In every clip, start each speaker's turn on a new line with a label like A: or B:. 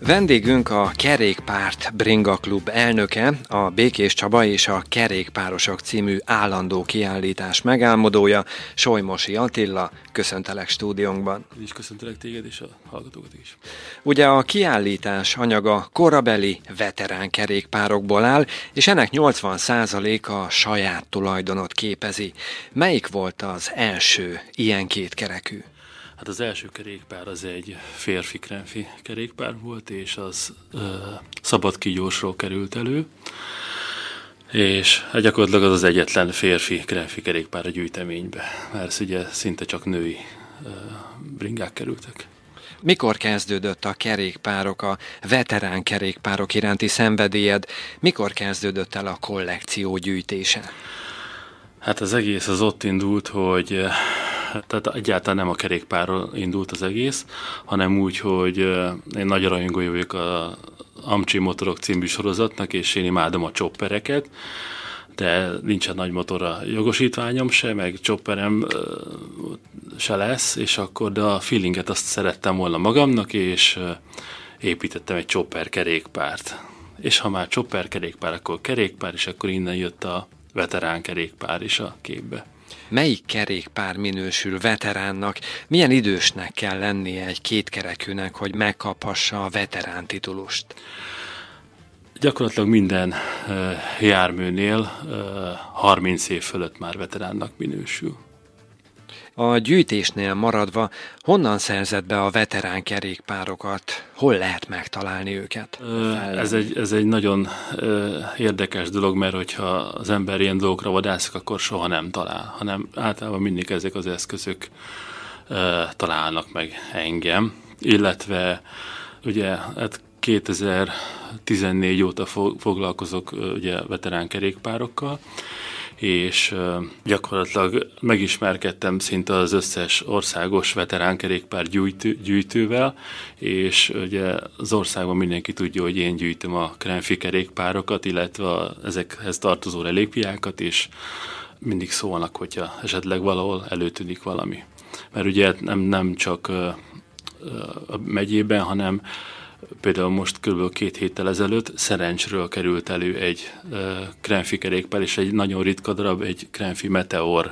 A: Vendégünk a Kerékpárt Bringa Klub elnöke, a Békés Csaba és a Kerékpárosok című állandó kiállítás megálmodója, Solymosi Attila. Köszöntelek stúdiónkban.
B: Én is köszöntelek téged és a hallgatókat is.
A: Ugye a kiállítás anyaga korabeli veterán kerékpárokból áll, és ennek 80%-a saját tulajdonot képezi. Melyik volt az első ilyen kétkerekű?
B: Hát az első kerékpár az egy férfi krenfi kerékpár volt, és az szabad kígyósról került elő, és gyakorlatilag az egyetlen férfi krenfi kerékpár a gyűjteménybe, mert ugye szinte csak női bringák kerültek.
A: Mikor kezdődött a kerékpárok, a veterán kerékpárok iránti szenvedélyed? Mikor kezdődött el a kollekció gyűjtése?
B: Hát az egész az ott indult, hogy tehát egyáltalán nem a kerékpárról indult az egész, hanem úgy, hogy én nagy rajongója vagyok a Amcsi Motorok című sorozatnak, és én imádom a choppereket, de nincsen nagy motorra jogosítványom se, meg chopperem se lesz, és akkor de a feelinget azt szerettem volna magamnak, és építettem egy chopper kerékpárt. És ha már chopper kerékpár, akkor kerékpár, és akkor innen jött a veterán kerékpár is a képbe.
A: Melyik kerékpár minősül veteránnak? Milyen idősnek kell lennie egy kétkerekűnek, hogy megkaphassa a veterán titulust?
B: Gyakorlatilag minden járműnél 30 év fölött már veteránnak minősül.
A: A gyűjtésnél maradva, honnan szerzed be a veterán kerékpárokat? Hol lehet megtalálni őket?
B: Ez egy nagyon érdekes dolog, mert hogyha az ember ilyen dolgokra vadászik, akkor soha nem talál, hanem általában mindig ezek az eszközök találnak meg engem, illetve ugye hát 2014 óta foglalkozok ugye veterán kerékpárokkal, és gyakorlatilag megismerkedtem szinte az összes országos veteránkerékpár gyűjtővel, és ugye az országban mindenki tudja, hogy én gyűjtöm a krenfi kerékpárokat, illetve ezekhez tartozó relikviákat, és mindig szólnak, hogyha esetleg valahol előtűnik valami. Mert ugye nem csak a megyében, hanem például most kb. 2 héttel ezelőtt Szerencsről került elő egy krenfi kerékpár, és egy nagyon ritka darab, egy krenfi Meteor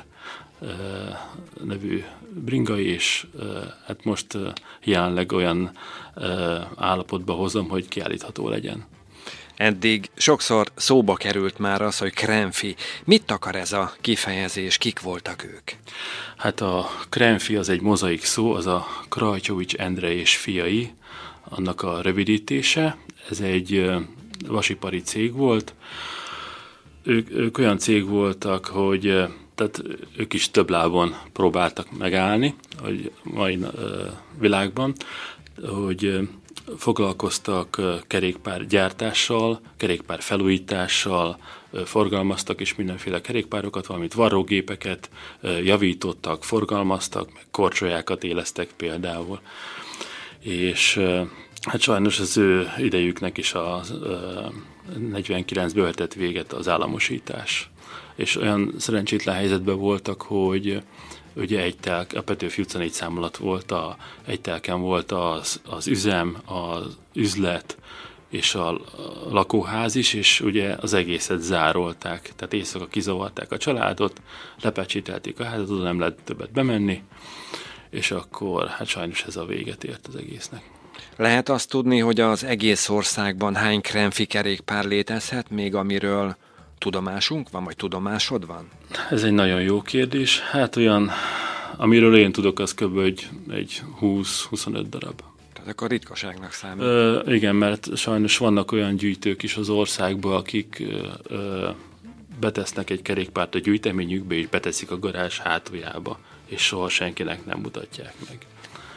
B: nevű bringa, és hát most jelenleg olyan állapotba hozom, hogy kiállítható legyen.
A: Eddig sokszor szóba került már az, hogy krenfi. Mit akar ez a kifejezés? Kik voltak ők?
B: Hát a krenfi az egy mozaik szó, az a Krajcsovics Endre és fiai, annak a rövidítése. Ez egy vasipari cég volt. Ők olyan cég voltak, hogy tehát ők is több lábon próbáltak megállni a mai világban, hogy foglalkoztak kerékpárgyártással, kerékpárfelújítással, forgalmaztak is mindenféle kerékpárokat, valamint varrógépeket javítottak, forgalmaztak, meg korcsolyákat élesztek például. És hát sajnos az ő idejüknek is a 49-ben vetett véget az államosítás. És olyan szerencsétlen helyzetben voltak, hogy ugye a Petőfi utca 4 szám alatt volt, egy telken volt az üzem, az üzlet és a lakóház is, és ugye az egészet zárolták. Tehát éjszaka kizavarták a családot, lepecsételték a házat, oda nem lehet többet bemenni, és akkor hát sajnos ez a véget ért az egésznek.
A: Lehet azt tudni, hogy az egész országban hány krenfi kerékpár létezhet, még amiről tudomásunk van, vagy tudomásod van?
B: Ez egy nagyon jó kérdés. Hát olyan, amiről én tudok, az kb. Egy 20-25 darab.
A: Tehát akkor ritkaságnak számít.
B: Igen, mert sajnos vannak olyan gyűjtők is az országban, akik betesznek egy kerékpárt a gyűjteményükbe, és beteszik a garázs hátuljába, és soha senkinek nem mutatják meg.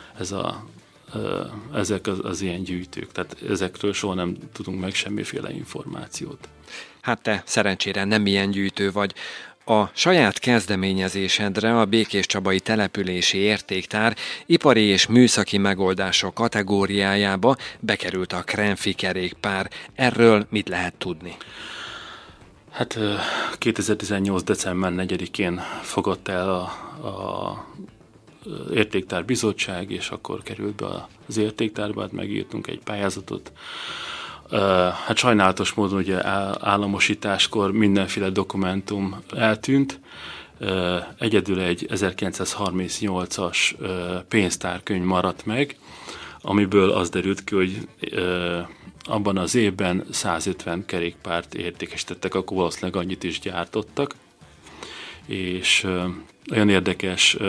B: Ezek az ilyen gyűjtők, tehát ezekről soha nem tudunk meg semmiféle információt.
A: Hát te szerencsére nem ilyen gyűjtő vagy. A saját kezdeményezésedre a Békéscsabai Települési Értéktár ipari és műszaki megoldások kategóriájába bekerült a krenfi kerékpár. Erről mit lehet tudni?
B: Hát 2018. december 4-én fogott el a értéktárbizottság, és akkor került be az értéktárba, hát megírtunk egy pályázatot. Hát sajnálatos módon ugye államosításkor mindenféle dokumentum eltűnt, egyedül egy 1938-as pénztárkönyv maradt meg, amiből az derült ki, hogy abban az évben 150 kerékpárt értékesítettek, akkor valószínűleg annyit is gyártottak, és olyan érdekes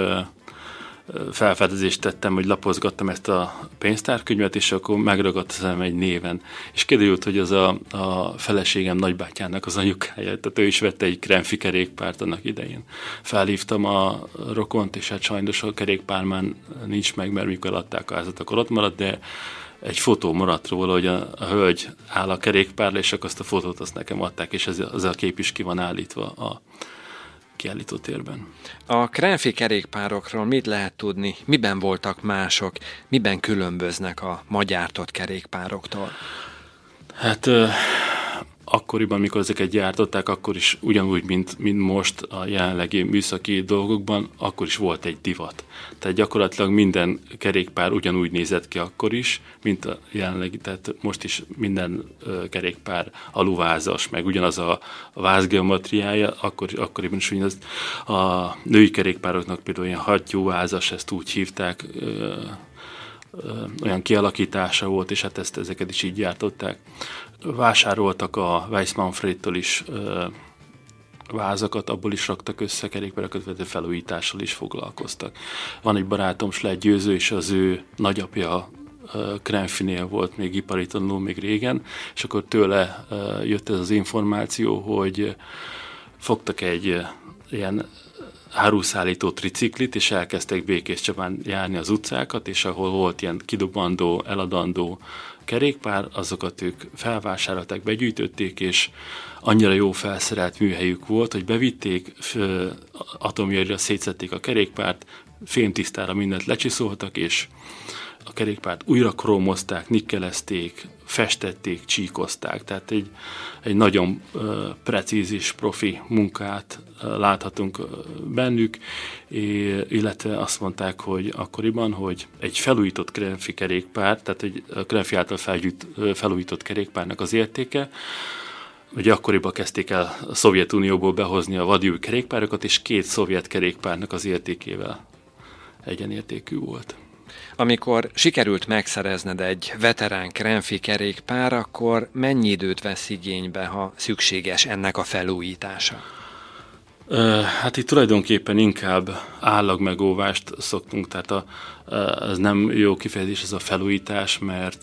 B: felfedezést tettem, hogy lapozgattam ezt a pénztárkönyvet, és akkor megragadt az egy néven. És kiderült, hogy az a feleségem nagybátyának az anyukája, tehát ő is vette egy Krenfi kerékpárt annak idején. Felhívtam a rokont, és hát sajnos a kerékpár már nincs meg, mert mikor eladták a házat, akkor ott maradt, de egy fotó maradt róla, hogy a hölgy áll a kerékpárra, és akkor azt a fotót azt nekem adták, és ez a kép is ki van állítva a kiállítótérben.
A: A Krenfi kerékpárokról mit lehet tudni? Miben voltak mások? Miben különböznek a ma gyártott kerékpároktól?
B: Hát akkoriban, mikor ezeket gyártották, akkor is ugyanúgy, mint most a jelenlegi műszaki dolgokban, akkor is volt egy divat. Tehát gyakorlatilag minden kerékpár ugyanúgy nézett ki akkor is, mint a jelenlegi, tehát most is minden kerékpár aluvázas, meg ugyanaz a vázgeometriája, akkoriban is ugyanaz. A női kerékpároknak például ilyen hattyúvázas, ezt úgy hívták, olyan kialakítása volt, és hát ezeket is így gyártották. Vásároltak a Weiss-Manfredtől is vázakat, abból is raktak össze kerékpárokat, vagy felújítással is foglalkoztak. Van egy barátom, Schleich Győző, és az ő nagyapja Krenfinél volt még ipari tanuló még régen, és akkor tőle jött ez az információ, hogy fogtak egy ilyen áruszállító triciklit, és elkezdtek Békéscsabán járni az utcákat, és ahol volt ilyen kidobandó, eladandó kerékpár, azokat ők felvásárolták, begyűjtötték, és annyira jó felszerelt műhelyük volt, hogy bevitték, atomjaira szétszették a kerékpárt, fémtisztára mindent lecsiszoltak, és a kerékpárt újra krómozták, nikkelezték, festették, csíkozták. Tehát egy nagyon precíz és profi munkát láthatunk bennük, illetve azt mondták, hogy akkoriban, hogy egy felújított Krenfi kerékpár, tehát egy Krenfi által felújított kerékpárnak az értéke, ugye akkoriban kezdték el a Szovjetunióból behozni a vadiúj kerékpárokat, és 2 szovjet kerékpárnak az értékével egyenértékű volt.
A: Amikor sikerült megszerezned egy veterán Krenfi kerékpár, akkor mennyi időt vesz igénybe, ha szükséges ennek a felújítása?
B: Hát itt tulajdonképpen inkább állagmegóvást szoktunk, tehát ez nem jó kifejezés ez a felújítás, mert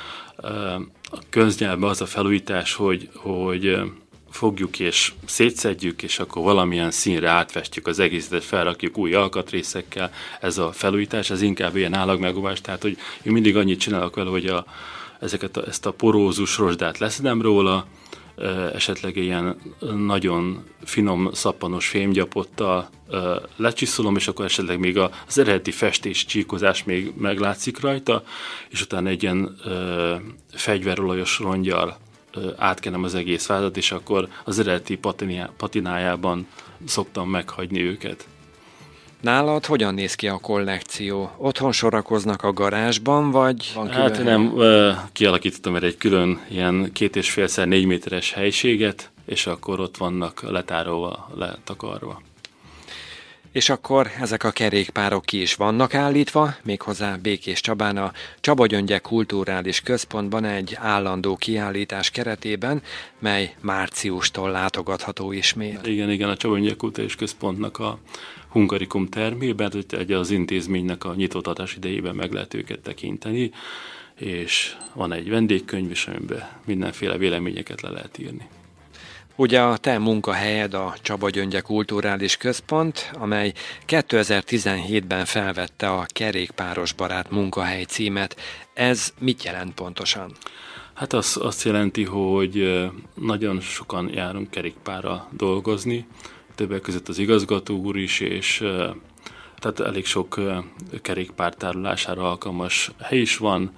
B: a köznyelvben az a felújítás, hogy fogjuk és szétszedjük, és akkor valamilyen színre átfestjük az egészet, felrakjuk új alkatrészekkel. Ez a felújítás, ez inkább ilyen állagmegóvás, tehát hogy én mindig annyit csinálok vele, hogy ezt a porózus rozsdát leszedem róla, esetleg ilyen nagyon finom szappanos fémgyapottal lecsiszolom, és akkor esetleg még az eredeti festés, csíkozás még meglátszik rajta, és utána egy ilyen fegyverolajos rongyal átkenem az egész vázat, és akkor az eredeti patinájában szoktam meghagyni őket.
A: Nálad hogyan néz ki a kollekció? Otthon sorakoznak a garázsban, vagy van külön?
B: Hát nem, kialakítottam egy külön ilyen 2,5x4 méteres helységet, és akkor ott vannak letárolva, letakarva.
A: És akkor ezek a kerékpárok ki is vannak állítva, méghozzá Békéscsabán a Csaba-Gyöngye Kulturális Központban egy állandó kiállítás keretében, mely márciustól látogatható ismét.
B: Igen, a Csaba-Gyöngye Kulturális Központnak a Hungarikum termében, hogy az intézménynek a nyitottatás idejében meg lehet őket tekinteni, és van egy vendégkönyv is, amiben mindenféle véleményeket le lehet írni.
A: Ugye a te munkahelyed a Csaba-Gyöngye Kulturális Központ, amely 2017-ben felvette a Kerékpáros Barát munkahely címet. Ez mit jelent pontosan?
B: Hát azt jelenti, hogy nagyon sokan járunk kerékpárra dolgozni, többek között az igazgató úr is, és tehát elég sok kerékpár tárolására alkalmas hely is van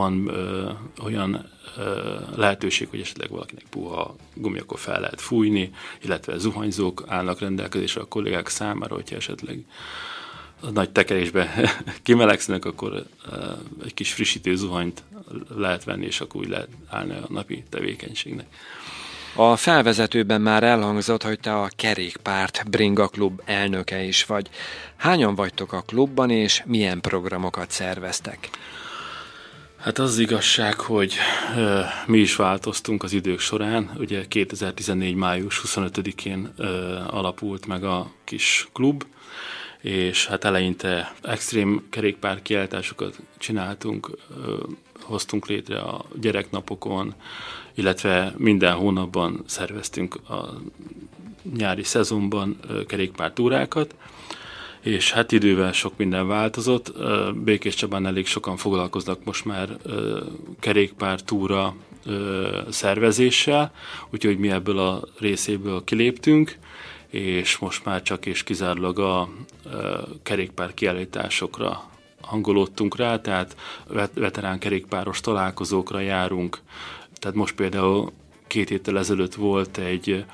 B: olyan lehetőség, hogy esetleg valakinek puha gumi, akkor fel lehet fújni, illetve zuhanyzók állnak rendelkezésre a kollégák számára, hogyha esetleg a nagy tekerésbe kimelegszenek, akkor egy kis frissítő zuhanyt lehet venni, és akkor úgy lehet állni a napi tevékenységnek.
A: A felvezetőben már elhangzott, hogy te a Kerékpárt Bringa Klub elnöke is vagy. Hányan vagytok a klubban, és milyen programokat szerveztek?
B: Hát az igazság, hogy mi is változtunk az idők során. Ugye 2014. május 25-én alapult meg a kis klub, és hát eleinte extrém kerékpár kiállításokat csináltunk, hoztunk létre a gyereknapokon, illetve minden hónapban szerveztünk a nyári szezonban kerékpártúrákat, és hát idővel sok minden változott. Békéscsabán elég sokan foglalkoznak most már kerékpártúra szervezéssel, úgyhogy mi ebből a részéből kiléptünk, és most már csak és kizárólag a kerékpár kiállításokra hangolódtunk rá, tehát veterán kerékpáros találkozókra járunk. Tehát most például 2 héttel ezelőtt volt egy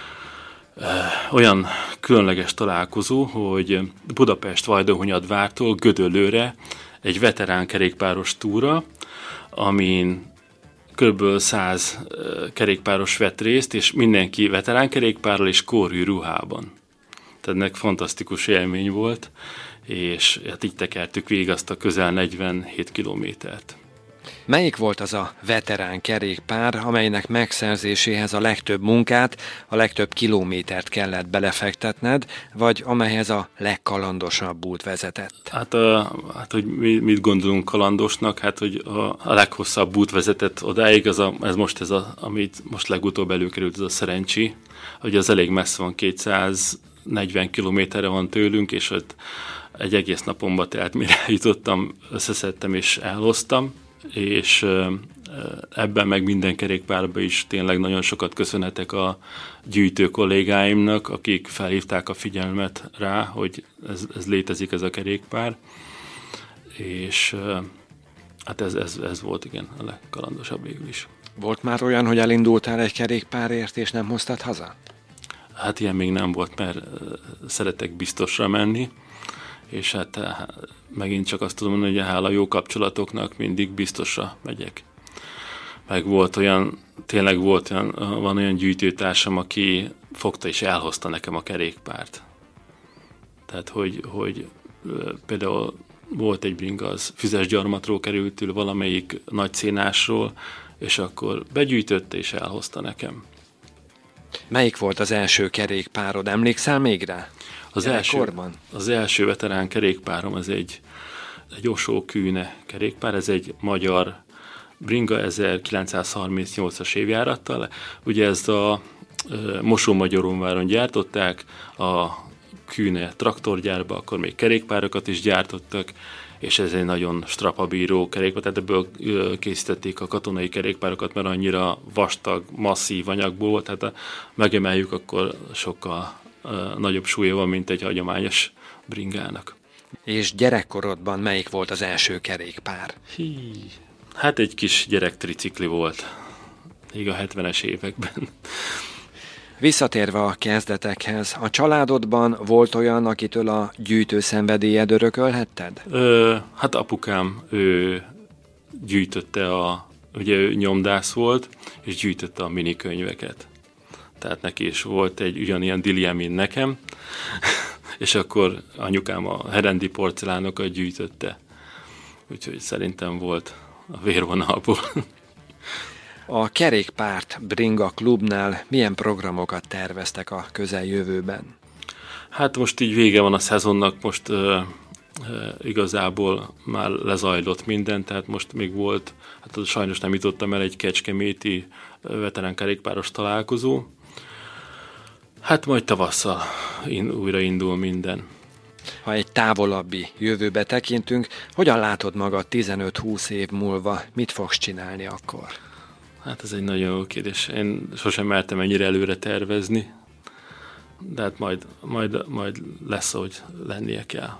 B: olyan különleges találkozó, hogy Budapest-Vajdahunyadvártól Gödöllőre egy veterán kerékpáros túra, amin kb. 100 kerékpáros vett részt, és mindenki veterán kerékpárral és kórhű ruhában. Tehát ennek fantasztikus élmény volt, és hát így tekertük végig azt a közel 47 kilométert.
A: Melyik volt az a veterán kerékpár, amelynek megszerzéséhez a legtöbb munkát, a legtöbb kilométert kellett belefektetned, vagy amelyhez a legkalandosabb út vezetett?
B: Hát, hogy mit gondolunk kalandosnak, hát hogy a leghosszabb út vezetett odáig, amit most legutóbb előkerült, ez a Szerencsi, hogy az elég messze van, 240 kilométerre van tőlünk, és ott egy egész napomba telt, mire jutottam, összeszedtem és elhoztam, és ebben meg minden kerékpárban is tényleg nagyon sokat köszönhetek a gyűjtő kollégáimnak, akik felhívták a figyelmet rá, hogy ez létezik, ez a kerékpár, és hát ez volt igen a legkalandosabb végül is.
A: Volt már olyan, hogy elindultál egy kerékpárért, és nem hoztad haza?
B: Hát ilyen még nem volt, mert szeretek biztosra menni, és hát megint csak azt tudom mondani, hogy hála jó kapcsolatoknak mindig biztosra megyek. Meg van olyan gyűjtőtársam, aki fogta és elhozta nekem a kerékpárt. Tehát, hogy például volt egy bringa, az Füzesgyarmatról került ül valamelyik nagy szénásról, és akkor begyűjtötte és elhozta
A: Melyik volt az első kerékpárod? Emlékszel még rá?
B: Az első veterán kerékpárom, ez egy Osó Kűne kerékpár, ez egy magyar bringa 1938-as évjárattal. Ugye ezt a Mosó-Magyarónváron gyártották, a Kűne traktorgyárba, akkor még kerékpárokat is gyártottak, és ez egy nagyon strapabíró kerékpár, tehát ebből készítették a katonai kerékpárokat, mert annyira vastag, masszív anyagból volt, tehát megemeljük, akkor sokkal nagyobb súlya van, mint egy hagyományos bringának.
A: És gyerekkorodban melyik volt az első kerékpár?
B: Hát egy kis gyerektricikli volt, még a 70-es években.
A: Visszatérve a kezdetekhez, a családodban volt olyan, akitől a gyűjtő szenvedélyed örökölhetted?
B: Hát apukám, ő gyűjtötte ugye ő nyomdász volt, és gyűjtötte a minikönyveket. Tehát neki is volt egy ugyanilyen dilje, mint nekem, és akkor anyukám a herendi porcelánokat gyűjtötte. Úgyhogy szerintem volt a vérvonalból.
A: A Kerékpárt Bringa Klubnál milyen programokat terveztek a közeljövőben?
B: Hát most így vége van a szezonnak, most igazából már lezajlott minden, tehát most még volt, hát sajnos nem jutottam el, egy kecskeméti veterán kerékpáros találkozó. Hát majd tavasszal újra indul minden.
A: Ha egy távolabbi jövőbe tekintünk, hogyan látod magad 15-20 év múlva? Mit fogsz csinálni akkor?
B: Hát ez egy nagyon jó kérdés. Én sosem mertem ennyire előre tervezni, de hát majd lesz, ahogy lennie kell.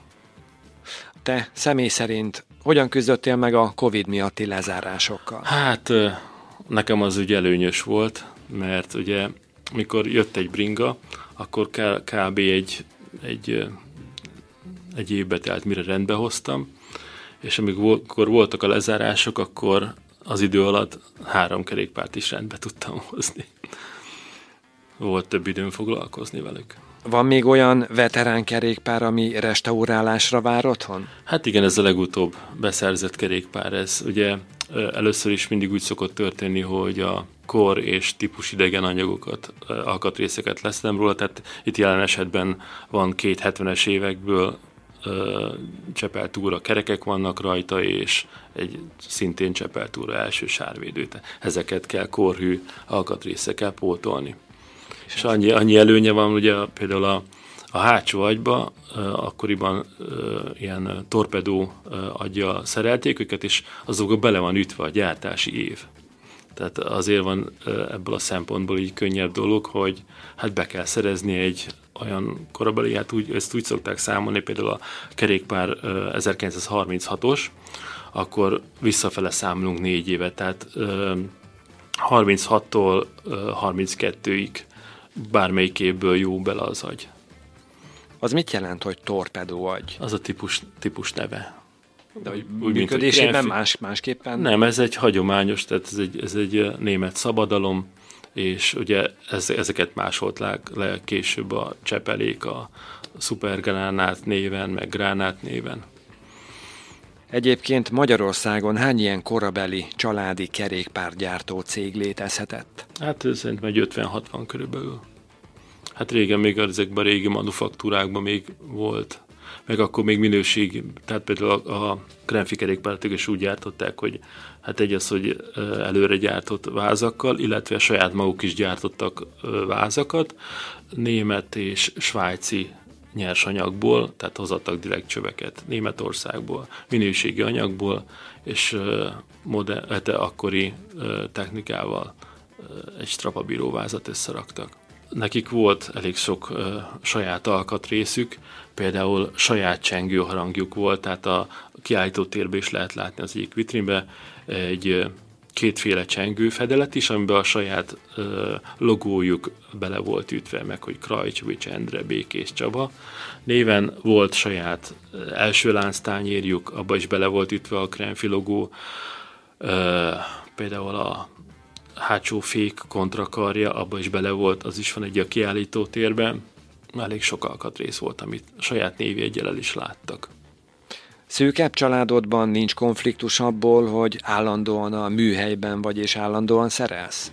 A: Te személy szerint hogyan küzdöttél meg a Covid miatti lezárásokkal?
B: Hát nekem az ugye előnyös volt, mert ugye mikor jött egy bringa, akkor kb. egy egy évbe telt, mire rendbe hoztam, és amikor voltak a lezárások, akkor az idő alatt 3 kerékpárt is rendbe tudtam hozni. Volt több időm foglalkozni velük.
A: Van még olyan veterán kerékpár, ami restaurálásra vár otthon?
B: Hát igen, ez a legutóbb beszerzett kerékpár. Ez ugye először is mindig úgy szokott történni, hogy a kor és típus idegen anyagokat, alkatrészeket leszem róla, tehát itt jelen esetben van 2 70-es évekből csepelt úra kerekek vannak rajta, és egy szintén csepelt úra első sárvédő. Ezeket kell korhű alkatrészekkel pótolni. És annyi előnye van, ugye például a hátsó agyba akkoriban ilyen torpedó aggyal szerelték őket, és azokba bele van ütve a gyártási év. Tehát azért van ebből a szempontból így könnyebb dolog, hogy hát be kell szerezni egy olyan korabeli, hát ezt úgy szokták számolni, például a kerékpár 1936-os, akkor visszafele számolunk 4 évet, tehát 36-tól 32-ig bármelyik évből jó bele az agy.
A: Az mit jelent, hogy torpedóagy?
B: Az a típus neve.
A: De hogy működésében másképpen?
B: Nem, ez egy hagyományos, tehát ez egy német szabadalom, és ugye ezeket másolták le később a csepelék a szupergránát néven, meg gránát néven.
A: Egyébként Magyarországon hány ilyen korabeli családi kerékpárgyártó cég létezhetett?
B: Hát szerintem egy 50-60 körülbelül. Hát régen még ezekben a régi manufaktúrákban még volt, meg akkor még minőség, tehát például a Krenfi kerékpártok is úgy gyártották, hogy hát egy az, hogy előre gyártott vázakkal, illetve a saját maguk is gyártottak vázakat, német és svájci nyersanyagból, tehát hozattak direkt csöveket Németországból, minőségi anyagból, és akkori technikával egy strapabíró vázat összeraktak. Nekik volt elég sok saját alkatrészük, például saját csengőharangjuk volt, tehát a kiállítótérben is lehet látni az egyik vitrínben egy 2 csengőfedelet is, amiben a saját logójuk bele volt ütve, meg hogy Krajcsovics Endre, Békés Csaba. Néven volt saját első lánctányérjuk, abba is bele volt ütve a Krenfi logó, például a hátsó fék kontrakarja, abba is bele volt, az is van egy a kiállítótérben. Elég sok alkatrész volt, amit saját névjeggyel el is láttak.
A: Szűkebb családodban nincs konfliktus abból, hogy állandóan a műhelyben vagy és állandóan szerelsz?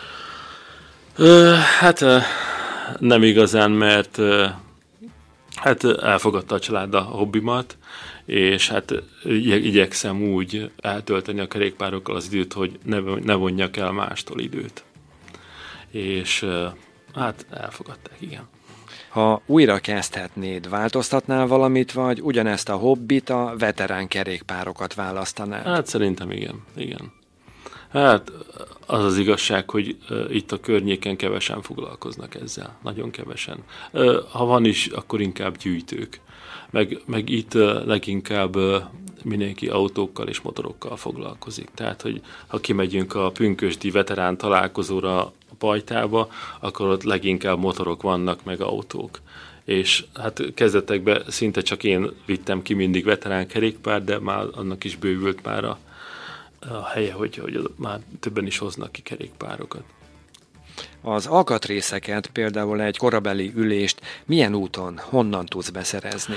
B: Hát nem igazán, mert hát elfogadta a család a hobbimat, és hát igyekszem úgy eltölteni a kerékpárokkal az időt, hogy ne vonjak el mástól időt. És hát elfogadták, igen.
A: Ha újra kezdhetnéd, változtatnál valamit, vagy ugyanezt a hobbit, a veterán kerékpárokat választanád?
B: Hát szerintem igen. Hát az az igazság, hogy itt a környéken kevesen foglalkoznak ezzel, nagyon kevesen. Ha van is, akkor inkább gyűjtők. Meg itt leginkább mindenki autókkal és motorokkal foglalkozik. Tehát, hogy ha kimegyünk a pünkösdi veterán találkozóra a Pajtába, akkor ott leginkább motorok vannak, meg autók. És hát kezdetekben szinte csak én vittem ki mindig veterán kerékpár, de már annak is bővült már a helye, hogy már többen is hoznak ki kerékpárokat.
A: Az alkatrészeket, például egy korabeli ülést milyen úton, honnan tudsz beszerezni?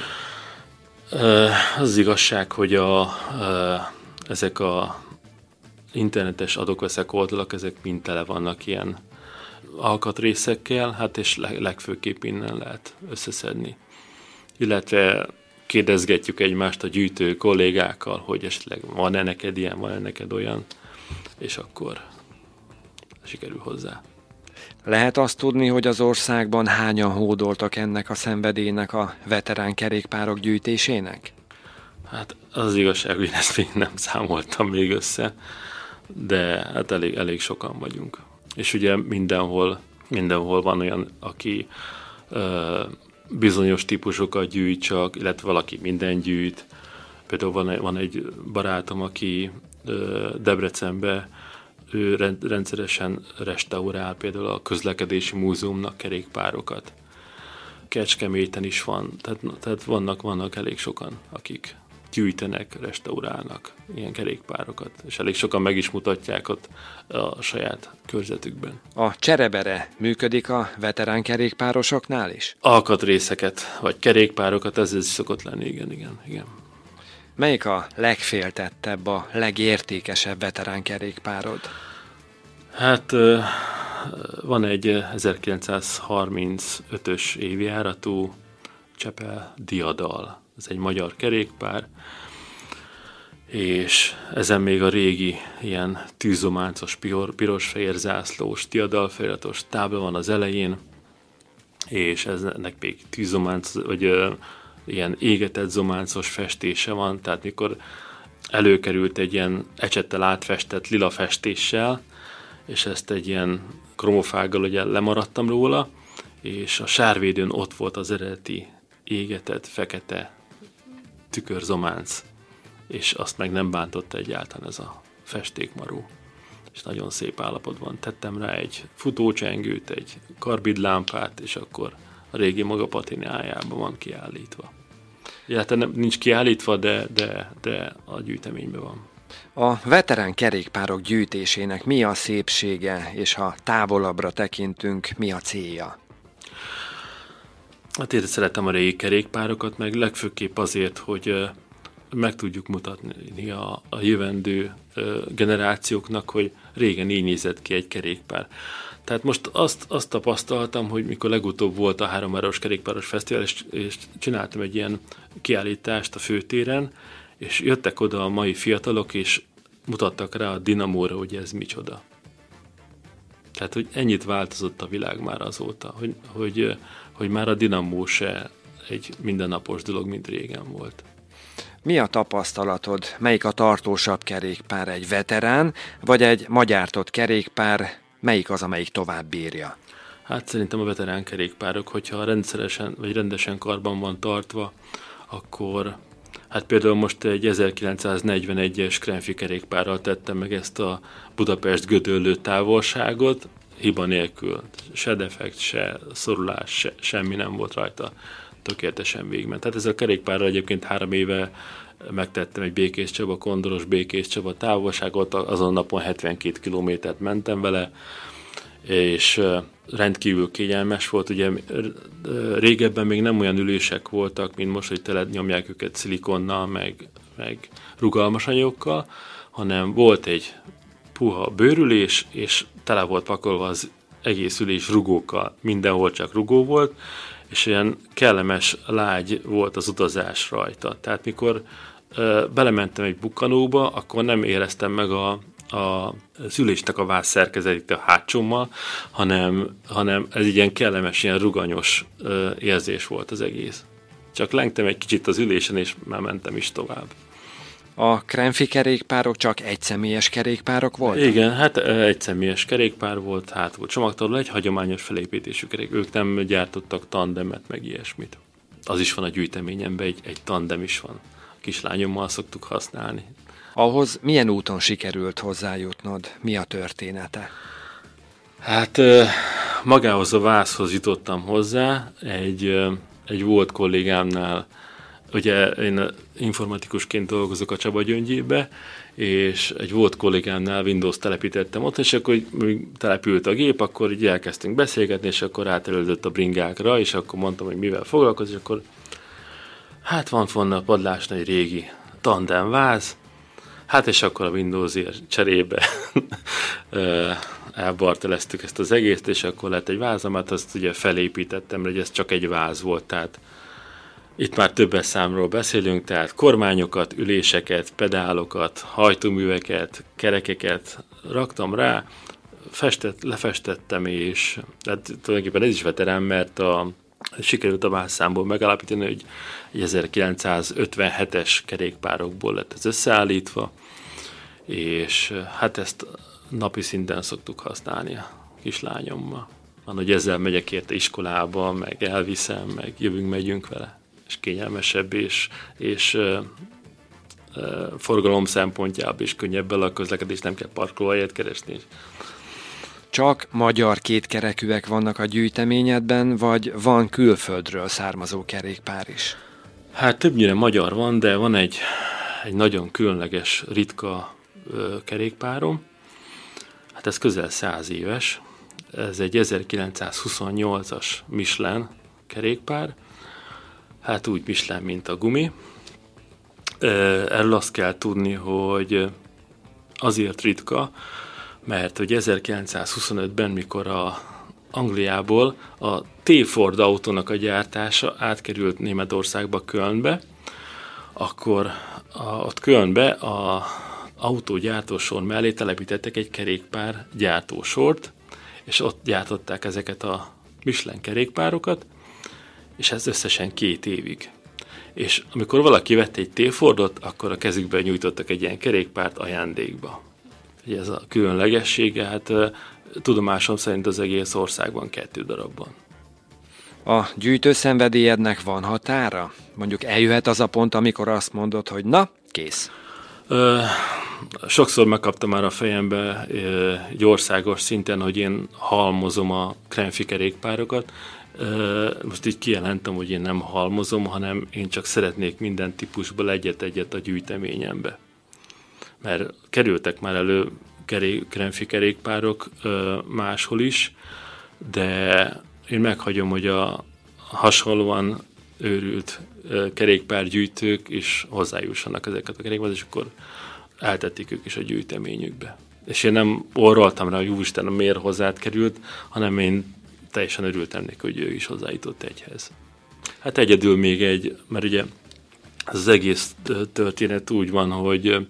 B: Az igazság, hogy ezek a internetes adok-veszek oldalak, ezek mind tele vannak ilyen alkatrészekkel, hát és legfőképp innen lehet összeszedni. Illetve kérdezgetjük egymást a gyűjtő kollégákkal, hogy esetleg van-e neked ilyen, van-e neked olyan, és akkor sikerül hozzá.
A: Lehet azt tudni, hogy az országban hányan hódoltak ennek a szenvedélynek, a veterán kerékpárok gyűjtésének?
B: Hát az igazság, hogy ezt még nem számoltam még össze, de hát elég sokan vagyunk. És ugye mindenhol van olyan, aki bizonyos típusokat gyűjt csak, illetve valaki minden gyűjt. Például van egy barátom, aki Debrecenbe ő rendszeresen restaurál például a közlekedési múzeumnak kerékpárokat. Kecskeméten is van, tehát vannak elég sokan, akik gyűjtenek, restaurálnak ilyen kerékpárokat, és elég sokan meg is mutatják ott a saját körzetükben.
A: A cserebere működik a veterán kerékpárosoknál is?
B: Alkatrészeket, vagy kerékpárokat, ez is szokott lenni, igen.
A: Melyik a legféltettebb, a legértékesebb veterán kerékpárod?
B: Hát van egy 1935-ös évjáratú Csepel Diadal. Ez egy magyar kerékpár, és ezen még a régi ilyen tűzománcos, piros-fehér zászlós, diadalfeliratos tábla van az elején, és ennek még tűzománc, vagy ilyen égetett zománcos festése van, tehát mikor előkerült egy ilyen ecsettel átfestett lila festéssel, és ezt egy ilyen kromofággal ugye lemaradtam róla, és a sárvédőn ott volt az eredeti égetett fekete tükörzománc, és azt meg nem bántotta egyáltalán ez a festékmaró. És nagyon szép állapotban. Tettem rá egy futócsengőt, egy karbidlámpát, és akkor a régi maga patinájában van kiállítva. Egyáltalán nincs kiállítva, de a gyűjteményben van.
A: A veterán kerékpárok gyűjtésének mi a szépsége, és ha távolabbra tekintünk, mi a célja?
B: Hát én szeretem a régi kerékpárokat, meg legfőképp azért, hogy meg tudjuk mutatni a jövendő generációknak, hogy régen így nézett ki egy kerékpár. Tehát most azt tapasztaltam, hogy mikor legutóbb volt a 3 város kerékpáros fesztivál, és csináltam egy ilyen kiállítást a főtéren, és jöttek oda a mai fiatalok, és mutattak rá a dinamóra, hogy ez micsoda. Tehát, hogy ennyit változott a világ már azóta, hogy már a dinamó se egy mindennapos dolog, mint régen volt.
A: Mi a tapasztalatod? Melyik a tartósabb kerékpár? Egy veterán, vagy egy ma gyártott kerékpár? Melyik az, amelyik tovább bírja?
B: Hát szerintem a veterán kerékpárok, hogyha rendszeresen vagy rendesen karban van tartva, akkor hát például most egy 1941-es Krenfi kerékpárral tettem meg ezt a Budapest-Gödöllő távolságot, hiba nélkül, se defekt, se szorulás, semmi nem volt rajta, tökéletesen végigment. Tehát ezzel a kerékpárral egyébként 3 éve megtettem egy Békés Csaba, Kondoros Békés Csaba távolságot, azon napon 72 kilométert mentem vele, és rendkívül kényelmes volt. Ugye régebben még nem olyan ülések voltak, mint most, hogy tele nyomják őket szilikonnal, meg rugalmas anyagokkal, hanem volt egy puha bőrülés, és tele volt pakolva az egész ülés rugókkal. Mindenhol csak rugó volt, és ilyen kellemes lágy volt az utazás rajta. Tehát mikor belementem egy bukkanóba, akkor nem éreztem meg az ülésnek a váz szerkezetét a hátsómmal, hanem ez egy ilyen kellemes, ilyen ruganyos érzés volt az egész. Csak lengtem egy kicsit az ülésen, és már mentem is tovább.
A: A Krenfi kerékpárok csak egyszemélyes kerékpárok voltak?
B: Igen, hát egyszemélyes kerékpár volt, hát volt csomagtartó, egy hagyományos felépítésű kerék. Ők nem gyártottak tandemet, meg ilyesmit. Az is van a gyűjteményemben, egy tandem is van. A kislányommal szoktuk használni.
A: Ahhoz milyen úton sikerült hozzájutnod? Mi a története?
B: Hát magához a vázhoz jutottam hozzá, egy volt kollégámnál. Ugye én informatikusként dolgozok a Csaba Gyöngyébe, és egy volt kollégámnál Windows telepítettem ott, és akkor települt a gép, akkor így elkezdtünk beszélgetni, és akkor áterődött a bringákra, és akkor mondtam, hogy mivel foglalkozik, és akkor hát van a padlásnál egy régi tandem váz, hát és akkor a Windowsért cserébe elbarteleztük ezt az egészt, és akkor lett egy vázamat, azt ugye felépítettem, hogy ez csak egy váz volt, tehát itt már többes számról beszélünk, tehát kormányokat, üléseket, pedálokat, hajtóműveket, kerekeket raktam rá, lefestettem, és tehát tulajdonképpen ez is veterán, mert sikerült a vázszámból megállapítani, hogy egy 1957-es kerékpárokból lett ez összeállítva, és hát ezt napi szinten szoktuk használni a kislányommal. Van, hogy ezzel megyek érte iskolába, meg elviszem, meg megyünk vele, és kényelmesebb, és forgalom szempontjából is könnyebb bele a közlekedés, nem kell parkolóhelyet keresni.
A: csak magyar kétkerekűek vannak a gyűjteményedben, vagy van külföldről származó kerékpár is?
B: Hát többnyire magyar van, de van egy nagyon különleges, ritka kerékpárom. Hát ez közel 100 éves. Ez egy 1928-as Michelin kerékpár. Hát úgy Michelin, mint a gumi. Erről azt kell tudni, hogy azért ritka, mert hogy 1925-ben, mikor Angliából a T-Ford autónak a gyártása átkerült Németországba, Kölnbe, akkor ott Kölnbe a autógyártósor mellé telepítettek egy kerékpár gyártósort, és ott gyártották ezeket a Michelin kerékpárokat, és ez összesen 2 évig. És amikor valaki vett egy T-Fordot, akkor a kezükben nyújtottak egy ilyen kerékpárt ajándékba. Ugye ez a különlegessége, hát tudomásom szerint az egész országban 2 darabban.
A: A gyűjtőszenvedélyednek van határa? Mondjuk eljöhet az a pont, amikor azt mondod, hogy na, kész.
B: Sokszor megkaptam már a fejembe egy országos szinten, hogy én halmozom a Krenfi kerékpárokat. Most így kijelentem, hogy én nem halmozom, hanem én csak szeretnék minden típusból egyet-egyet a gyűjteményembe. Mert kerültek már elő Krenfi kerékpárok máshol is, de én meghagyom, hogy a hasonlóan őrült kerékpárgyűjtők is hozzájussanak ezeket a kerékpárokat, és akkor eltették ők is a gyűjteményükbe. És én nem orroltam rá, hogy úristen, miért hozzád került, hanem én teljesen örültem neki, hogy ő is hozzájutott egyhez. Hát egyedül még mert ugye az egész történet úgy van, hogy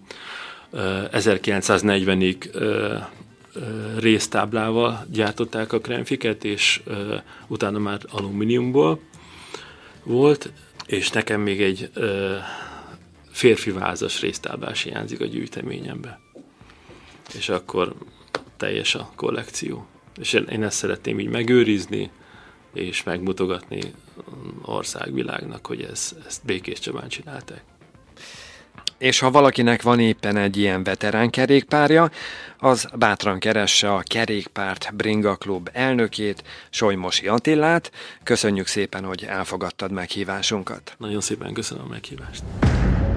B: 1940-ig résztáblával gyártották a Krenfiket, és utána már alumíniumból volt, és nekem még egy férfi vázas résztáblás hiányzik a gyűjteményembe. És akkor teljes a kollekció. És én ezt szeretném így megőrizni, és megmutogatni országvilágnak, hogy ezt Békés Csabán csinálták.
A: És ha valakinek van éppen egy ilyen veterán kerékpárja, az bátran keresse a Kerékpárt Bringa Klub elnökét, Solymosi Attilát. Köszönjük szépen, hogy elfogadtad meghívásunkat.
B: Nagyon szépen köszönöm a meghívást.